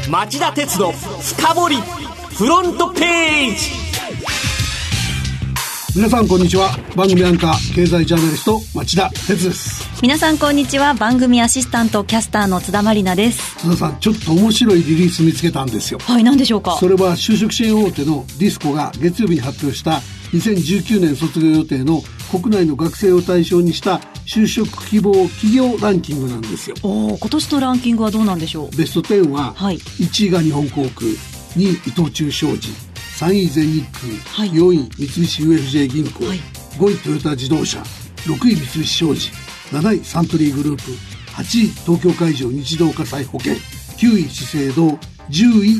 町田鉄の深掘りフロントページ。 皆さんこんにちは。番組アンカー経済ジャーナリスト町田鉄です。 皆さんこんにちは。番組アシスタントキャスターの津田まりなです。 津田さん、ちょっと面白いリリース見つけたんですよ。 はい、何でしょうか。 それは就職支援大手のディスコが月曜日に発表した2019年卒業予定の国内の学生を対象にした就職希望企業ランキングなんですよ。 今年のランキングはどうなんでしょう。 ベスト10は、1位が日本航空、2位伊藤忠商事、3位全日空、4位三菱 UFJ 銀行、5位トヨタ自動車、6位三菱商事、7位サントリーグループ、8位東京海上日動火災保険、9位資生堂、10位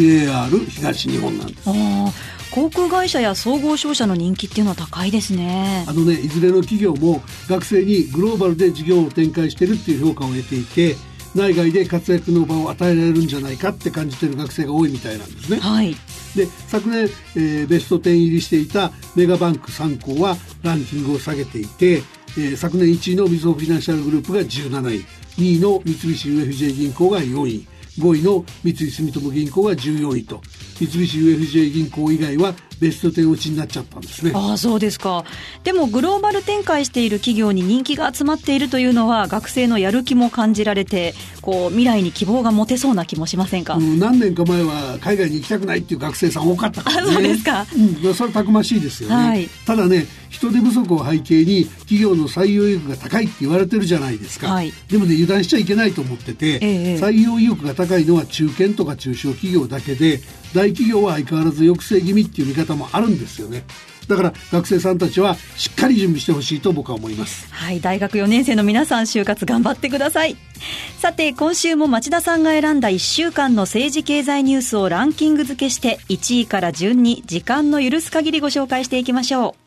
JR 東日本なんです。 航空会社や総合商社の人気っていうのは高いですね。 いずれの企業も学生にグローバルで事業を展開しているっていう評価を得ていて、内外で活躍の場を与えられるんじゃないかって感じている学生が多いみたいなんですね。で、昨年、ベスト10入りしていたメガバンク3行はランキングを下げていて、昨年1位のみずほフィナンシャルグループが17位、2位の三菱 UFJ 銀行が4位、5位の三井住友銀行が14位と、三菱 UFJ 銀行以外はベスト10落ちになっちゃったんですね。 そうですか。でもグローバル展開している企業に人気が集まっているというのは、学生のやる気も感じられて、未来に希望が持てそうな気もしませんか。 何年か前は海外に行きたくないっていう学生さん多かったからね。 そうですか。 それたくましいですよね。ただね、人手不足を背景に企業の採用意欲が高いって言われてるじゃないですか。でもね、油断しちゃいけないと思ってて、採用意欲が高いのは中堅とか中小企業だけで、大企業は相変わらず抑制気味っていう見方もあるんですよね。だから学生さんたちはしっかり準備してほしいと僕は思います。 大学4年生の皆さん、就活頑張ってください。さて、今週も町田さんが選んだ1週間の政治経済ニュースをランキング付けして、1位から順に時間の許す限りご紹介していきましょう。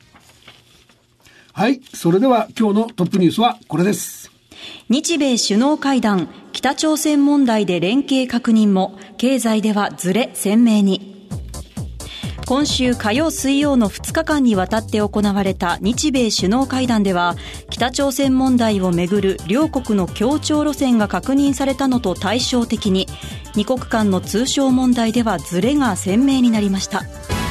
それでは今日のトップニュースはこれです。 日米首脳会談、北朝鮮問題で連携確認も、経済ではズレ鮮明に。今週火曜水曜の2日間にわたって行われた日米首脳会談では、北朝鮮問題をめぐる両国の協調路線が確認されたのと対照的に、二国間の通商問題ではズレが鮮明になりました。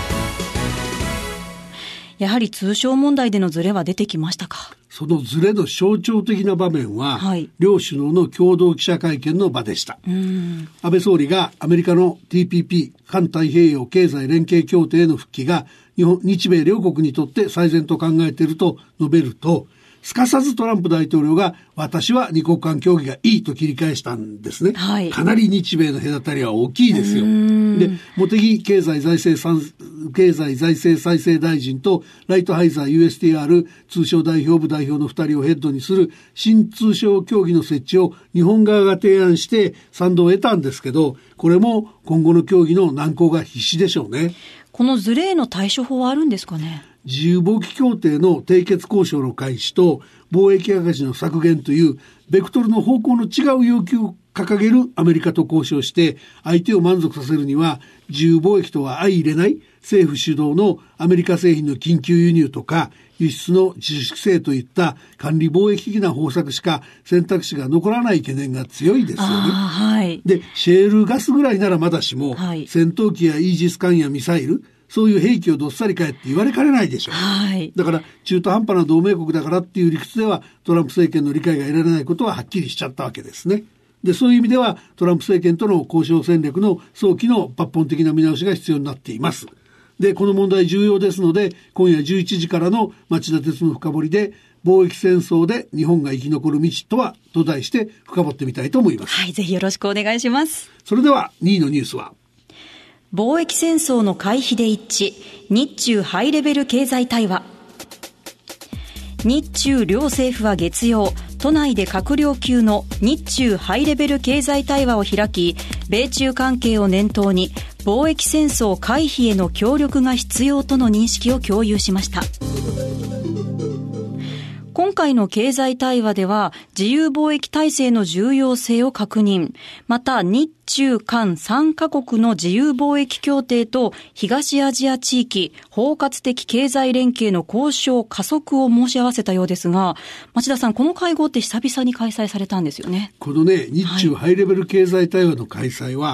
やはり通商問題でのズレは出てきましたか。 そのズレの象徴的な場面は、両首脳の共同記者会見の場でした。安倍総理がアメリカの TPP 環太平洋経済連携協定への復帰が日米両国にとって最善と考えていると述べると、すかさずトランプ大統領が私は二国間協議がいいと切り返したんですね。かなり日米の隔たりは大きいですよ。で、茂木経済財政再生大臣とライトハイザー USTR 通商代表部代表の2人をヘッドにする新通商協議の設置を日本側が提案して賛同を得たんですけど、これも今後の協議の難航が必至でしょうね。 このズレへの対処法はあるんですかね。 自由貿易協定の締結交渉の開始と貿易赤字の削減というベクトルの方向の違う要求を掲げるアメリカと交渉して相手を満足させるには、自由貿易とは相入れない政府主導のアメリカ製品の緊急輸入とか輸出の自主規制といった管理貿易的な方策しか選択肢が残らない懸念が強いですよね。で、シェールガスぐらいならまだしも、戦闘機やイージス艦やミサイル、そういう兵器をどっさり買えって言われかねないでしょ。だから中途半端な同盟国だからっていう理屈ではトランプ政権の理解が得られないことははっきりしちゃったわけですね。で、そういう意味ではトランプ政権との交渉戦略の早期の抜本的な見直しが必要になっています。で、この問題重要ですので、今夜11時からの町田鉄の深掘りで、貿易戦争で日本が生き残る道とはと題して深掘ってみたいと思います。 ぜひよろしくお願いします。 それでは2位のニュースは、 貿易戦争の回避で一致、日中ハイレベル経済対話。日中両政府は月曜、都内で閣僚級の日中ハイレベル経済対話を開き、米中関係を念頭に貿易戦争回避への協力が必要との認識を共有しました。今回の経済対話では自由貿易体制の重要性を確認、また日中韓3カ国の自由貿易協定と東アジア地域包括的経済連携の交渉加速を申し合わせたようですが、町田さん、この会合って久々に開催されたんですよね。 このね、日中ハイレベル経済対話の開催は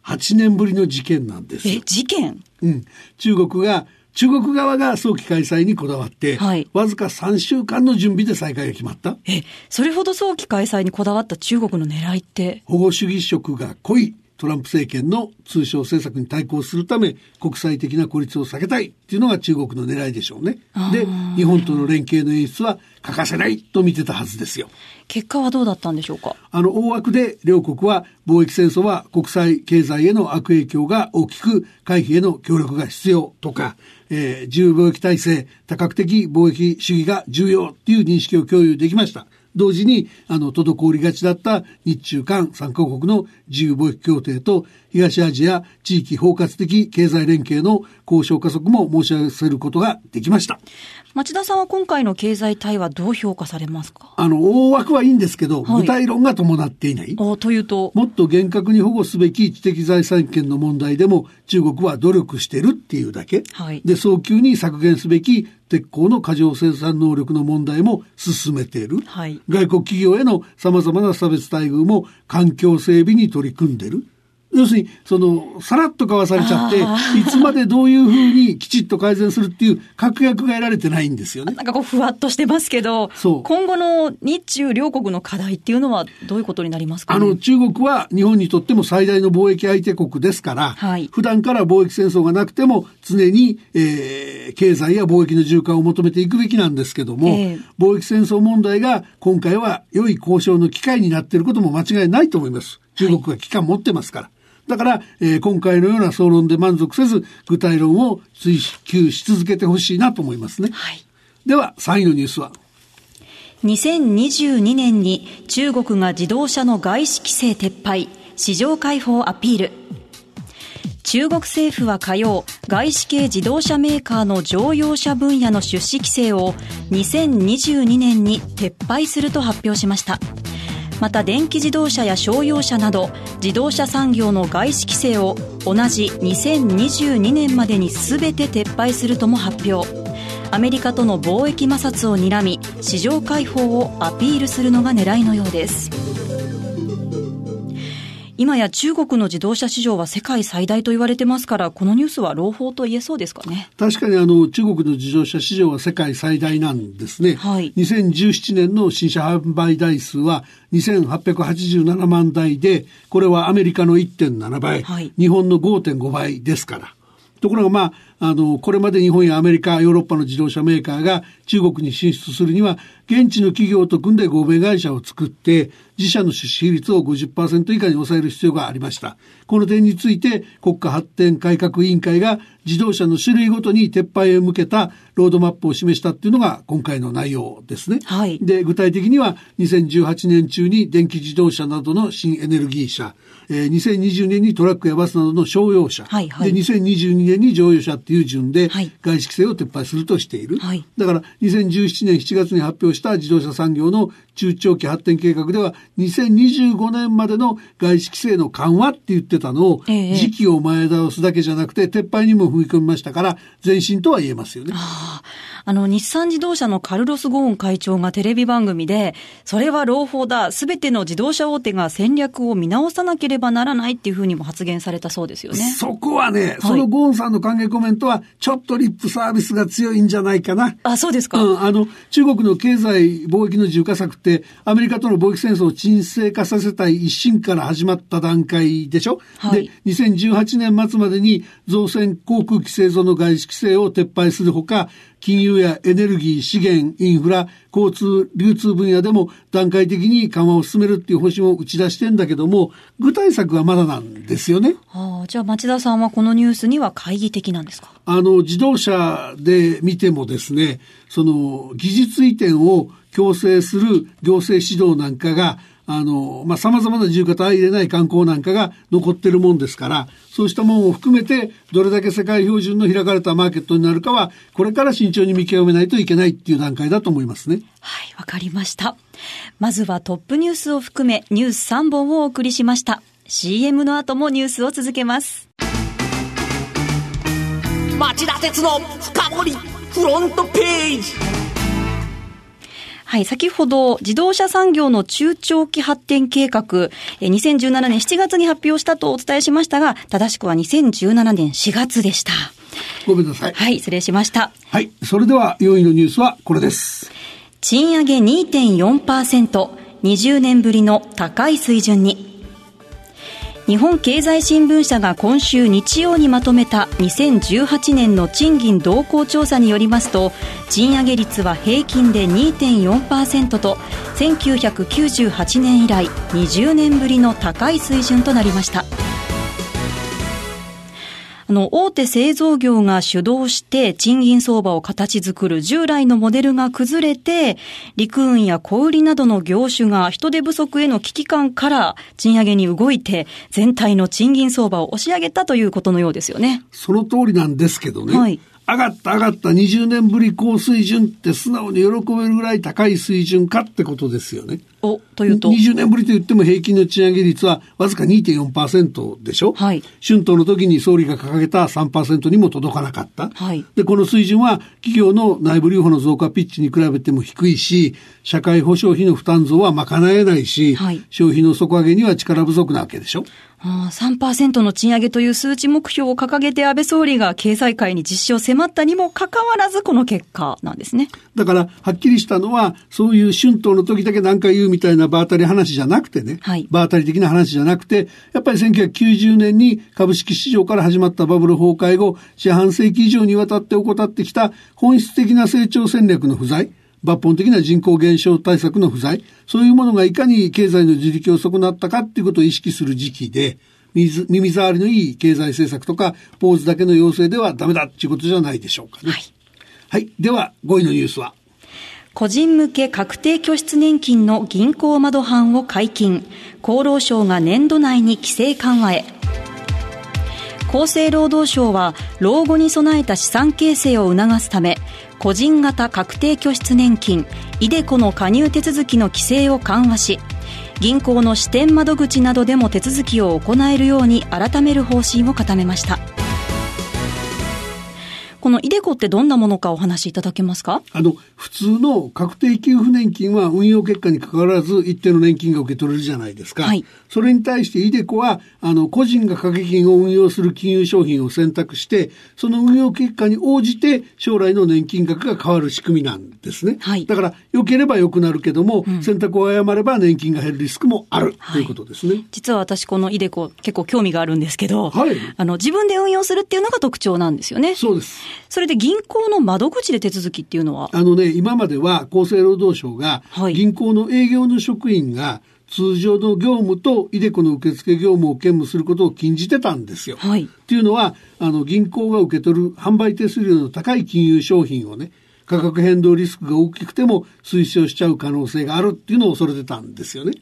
8年ぶりの事件なんですよ。 事件？ 中国側が早期開催にこだわって、わずか3週間の準備で再開が決まった。 それほど早期開催にこだわった中国の狙いって？ 保護主義色が濃いトランプ政権の通商政策に対抗するため、国際的な孤立を避けたいっていうのが中国の狙いでしょうね。で、日本との連携の演出は欠かせないと見てたはずですよ。 結果はどうだったんでしょうか。 大枠で両国は貿易戦争は国際経済への悪影響が大きく、回避への協力が必要とか、自由貿易体制、多角的貿易主義が重要という認識を共有できました。同時に滞りがちだった日中韓3カ国の自由貿易協定と東アジア地域包括的経済連携の交渉加速も申し合わせることができました。 町田さんは今回の経済対話どう評価されますか？ 大枠はいいんですけど、具体論が伴っていない。 というと、 もっと厳格に保護すべき知的財産権の問題でも中国は努力してるっていうだけ、で早急に削減すべき鉄鋼の過剰生産能力の問題も進めている、外国企業への様々な差別待遇も環境整備に取り組んでいる。要するにさらっと交わされちゃって、いつまでどういうふうにきちっと改善するっていう確約が得られてないんですよね。 なんかふわっとしてますけど、今後の日中両国の課題っていうのはどういうことになりますかね。 中国は日本にとっても最大の貿易相手国ですから、普段から貿易戦争がなくても常に、経済や貿易の循環を求めていくべきなんですけども、貿易戦争問題が今回は良い交渉の機会になっていることも間違いないと思います。中国が危機感持ってますから。だから、今回のような総論で満足せず、具体論を追求し続けてほしいなと思いますね。では、3位のニュースは。 2022年に中国が自動車の外資規制撤廃、市場開放アピール。中国政府は火曜、外資系自動車メーカーの乗用車分野の出資規制を2022年に撤廃すると発表しました。また電気自動車や商用車など自動車産業の外資規制を同じ2022年までに全て撤廃するとも発表。アメリカとの貿易摩擦を睨み市場開放をアピールするのが狙いのようです。今や中国の自動車市場は世界最大と言われてますから、このニュースは朗報と言えそうですかね。 確かに中国の自動車市場は世界最大なんですね。2017年の新車販売台数は2887万台で、これはアメリカの 1.7 倍、日本の 5.5 倍ですから。ところがこれまで日本やアメリカ、ヨーロッパの自動車メーカーが中国に進出するには、現地の企業と組んで合弁会社を作って、自社の出資比率を 50% 以下に抑える必要がありました。この点について、国家発展改革委員会が自動車の種類ごとに撤廃へ向けたロードマップを示したっていうのが今回の内容ですね。で、具体的には2018年中に電気自動車などの新エネルギー車、2020年にトラックやバスなどの商用車、で2022年に乗用車っていう順で外資規制を撤廃するとしている。だから2017年7月に発表した自動車産業の中長期発展計画では2025年までの外資規制の緩和って言ってたのを、時期を前倒すだけじゃなくて撤廃にも踏み込みましたから前進とは言えますよね。 日産自動車のカルロス・ゴーン会長がテレビ番組で、それは朗報だ、すべての自動車大手が戦略を見直さなければならないっていうふうにも発言されたそうですよね。 そこはね、そのゴーンさんの歓迎コメントはちょっとリップサービスが強いんじゃないかな。 そうですか。 中国の経済貿易の自由化策ってアメリカとの貿易戦争を沈静化させたい一心から始まった段階でしょ。で、2018年末までに造船航空機製造の外資規制を撤廃するほか、金融やエネルギー、資源、インフラ、交通、流通分野でも段階的に緩和を進めるっていう方針を打ち出してんだけども、具体策はまだなんですよね。 じゃあ町田さんはこのニュースには懐疑的なんですか？ 自動車で見てもですね、その技術移転を強制する行政指導なんかが様々な自由化と相入れない観光なんかが残ってるもんですから、そうしたものを含めてどれだけ世界標準の開かれたマーケットになるかはこれから慎重に見極めないといけないっていう段階だと思いますね。 わかりました。まずはトップニュースを含めニュース3本をお送りしました。 CM の後もニュースを続けます。 町田鉄の深掘りフロントページ。 はい、先ほど自動車産業の中長期発展計画、2017年7月に発表したとお伝えしましたが、正しくは2017年4月でした。 ごめんなさい。 はい、失礼しました。 はい、それでは4位のニュースはこれです。 賃上げ 2.4%、20年ぶりの高い水準に。日本経済新聞社が今週日曜にまとめた2018年の賃金動向調査によりますと、賃上げ率は平均で 2.4% と1998年以来20年ぶりの高い水準となりました。大手製造業が主導して賃金相場を形作る従来のモデルが崩れて、陸運や小売などの業種が人手不足への危機感から賃上げに動いて、全体の賃金相場を押し上げたということのようですよね。 その通りなんですけどね。 はい。 上がった20年ぶり高水準って素直に喜べるぐらい高い水準かってことですよね。 というと 20年ぶりと言っても平均の賃上げ率はわずか 2.4% でしょ。 はい。 春闘の時に総理が掲げた 3% にも届かなかった。 はい。 で、この水準は企業の内部留保の増加ピッチに比べても低いし、社会保障費の負担増は賄えないし、はい、消費の底上げには力不足なわけでしょ。 3% の賃上げという数値目標を掲げて安倍総理が経済界に実施を迫ったにもかかわらずこの結果なんですね。 だからはっきりしたのは、そういう春闘の時だけ何回言うみたいな場当たり話じゃなくてね、はい、場当たり的な話じゃなくて、やっぱり1990年に株式市場から始まったバブル崩壊後、四半世紀以上にわたって怠ってきた本質的な成長戦略の不在、抜本的な人口減少対策の不在、そういうものがいかに経済の自力を損なったかっていうことを意識する時期で、耳障りのいい経済政策とかポーズだけの要請ではダメだっていうことじゃないでしょうかね。はい。はい。では5位のニュースは、 個人向け確定拠出年金の銀行窓販を解禁。厚労省が年度内に規制緩和へ。厚生労働省は老後に備えた資産形成を促すため、個人型確定拠出年金iDeCoの加入手続きの規制を緩和し、銀行の支店窓口などでも手続きを行えるように改める方針を固めました。このiDeCoってどんなものかお話しいただけますか？ 普通の確定給付年金は運用結果に関わらず一定の年金が受け取れるじゃないですか。はい。それに対してiDeCoは個人が掛け金を運用する金融商品を選択して、その運用結果に応じて将来の年金額が変わる仕組みなんですね。はい。だから良ければ良くなるけども、選択を誤れば年金が減るリスクもある、ということですね。 実は私このiDeCo結構興味があるんですけど、 はい。 自分で運用するっていうのが特徴なんですよね。 そうです。 それで銀行の窓口で手続きっていうのは今までは厚生労働省が銀行の営業の職員が通常の業務とiDeCoの受付業務を兼務することを禁じてたんですよ。はい。っていうのは銀行が受け取る販売手数料の高い金融商品をね、価格変動リスクが大きくても推奨しちゃう可能性があるっていうのを恐れてたんですよね。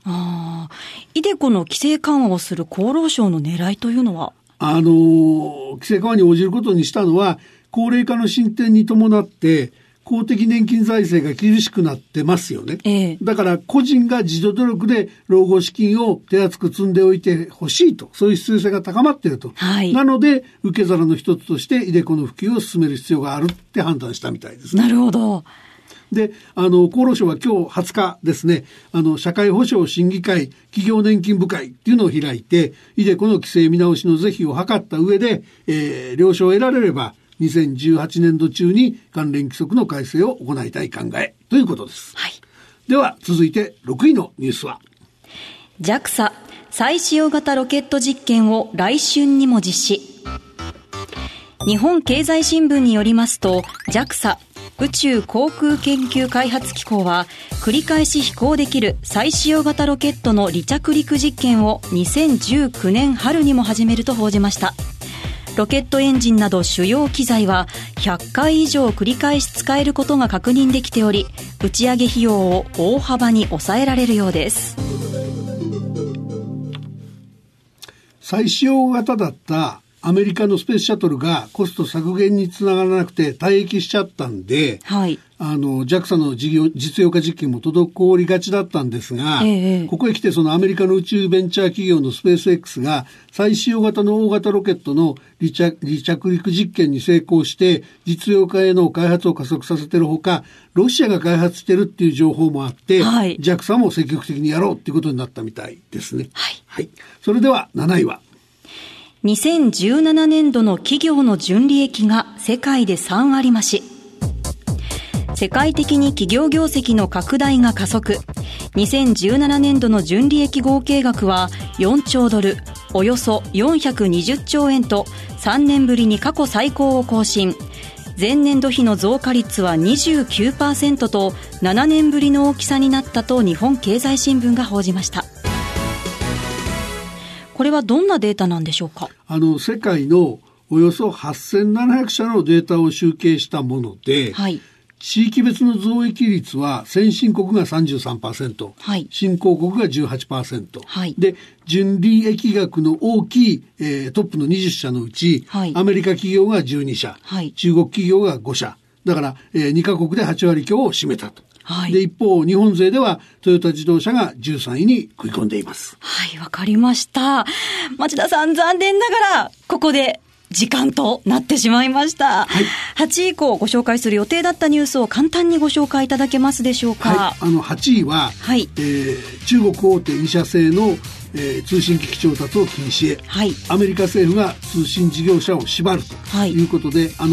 iDeCoの規制緩和をする厚労省の狙いというのは、 規制緩和に応じることにしたのは、高齢化の進展に伴って公的年金財政が厳しくなってますよね。だから個人が自助努力で老後資金を手厚く積んでおいてほしいと、そういう必要性が高まっていると。はい。なので受け皿の一つとしてiDeCoの普及を進める必要があるって判断したみたいですね。 なるほど。 で、厚労省は今日20日ですね、社会保障審議会企業年金部会っていうのを開いて、iDeCoの規制見直しの是非を図った上で、了承を得られれば、2018年度中に関連規則の改正を行いたい考えということです。はい。では続いて6位のニュースは、 JAXA 再使用型ロケット実験を来春にも実施。日本経済新聞によりますと、 JAXA 宇宙航空研究開発機構は繰り返し飛行できる再使用型ロケットの離着陸実験を2019年春にも始めると報じました。ロケットエンジンなど主要機材は100回以上繰り返し使えることが確認できており、打ち上げ費用を大幅に抑えられるようです。 再使用型だったアメリカのスペースシャトルがコスト削減につながらなくて退役しちゃったんで、 はい、 JAXA の実用化実験も滞りがちだったんですが、ここへ来てそのアメリカの宇宙ベンチャー企業のスペース X が最新型の大型ロケットの離着陸実験に成功して実用化への開発を加速させているほか、ロシアが開発しているっていう情報もあって、はい、JAXA も積極的にやろうっていうことになったみたいですね。 はい。 はい。それでは7位は 2017年度の企業の純利益が世界で3割増し。世界的に企業業績の拡大が加速。2017年度の純利益合計額は4兆ドル、およそ420兆円と3年ぶりに過去最高を更新。前年度比の増加率は 29% と7年ぶりの大きさになったと日本経済新聞が報じました。これはどんなデータなんでしょうか。 世界のおよそ8700社のデータを集計したもので、はい、地域別の増益率は先進国が 33%、はい、新興国が 18%、はい、で純利益額の大きい、トップの20社のうち、はい、アメリカ企業が12社、はい、中国企業が5社だから、2カ国で8割強を占めたと。はい、で一方日本勢ではトヨタ自動車が13位に食い込んでいます。 はい、わかりました。町田さん、残念ながらここで時間となってしまいました、はい、8位以降ご紹介する予定だったニュースを簡単にご紹介いただけますでしょうか。 はい、8位は、はい、中国大手2社製の、通信機器調達を禁止へ、はい、アメリカ政府が通信事業者を縛るということで、はい、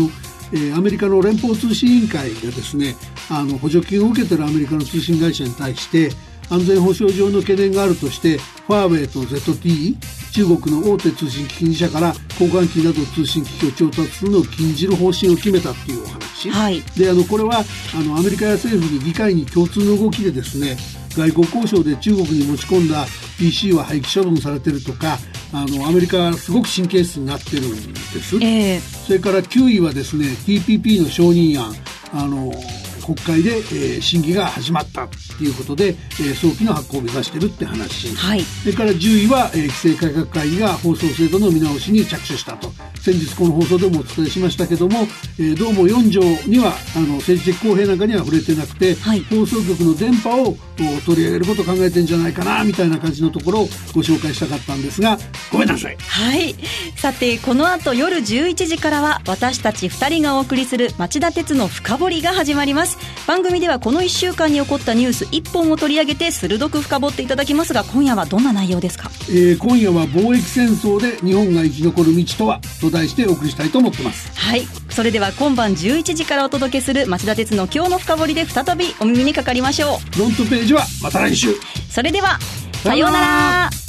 アメリカの連邦通信委員会がですね、補助金を受けているアメリカの通信会社に対して安全保障上の懸念があるとしてファーウェイと ZTE 中国の大手通信機器2社から交換機など通信機器を調達するのを禁じる方針を決めたっていうお話、はい、でこれはアメリカや政府に議会に共通の動きでですね、外交交渉で中国に持ち込んだ PC は廃棄処分されてるとか、アメリカはすごく神経質になってるんです、それから9位はですね TPP の承認案国会で、審議が始まったということで、早期の発行を目指しているって話、はい、それから10位は、規制改革会議が放送制度の見直しに着手したと。先日この放送でもお伝えしましたけども、どうも4条には政治的公平なんかには触れてなくて、はい、放送局の電波を取り上げることを考えてんじゃないかなみたいな感じのところをご紹介したかったんですが、ごめんなさい。 はい、さてこの後夜11時からは私たち2人がお送りする町田鉄の深掘りが始まります。番組ではこの1週間に起こったニュース1本を取り上げて鋭く深掘っていただきますが、今夜はどんな内容ですか。 今夜は貿易戦争で日本が生き残る道とはと題してお送りしたいと思ってます。 はい、それでは今晩11時からお届けする町田鉄の今日の深掘りで再びお耳にかかりましょう。 フロントページはまた来週。 それではさようなら。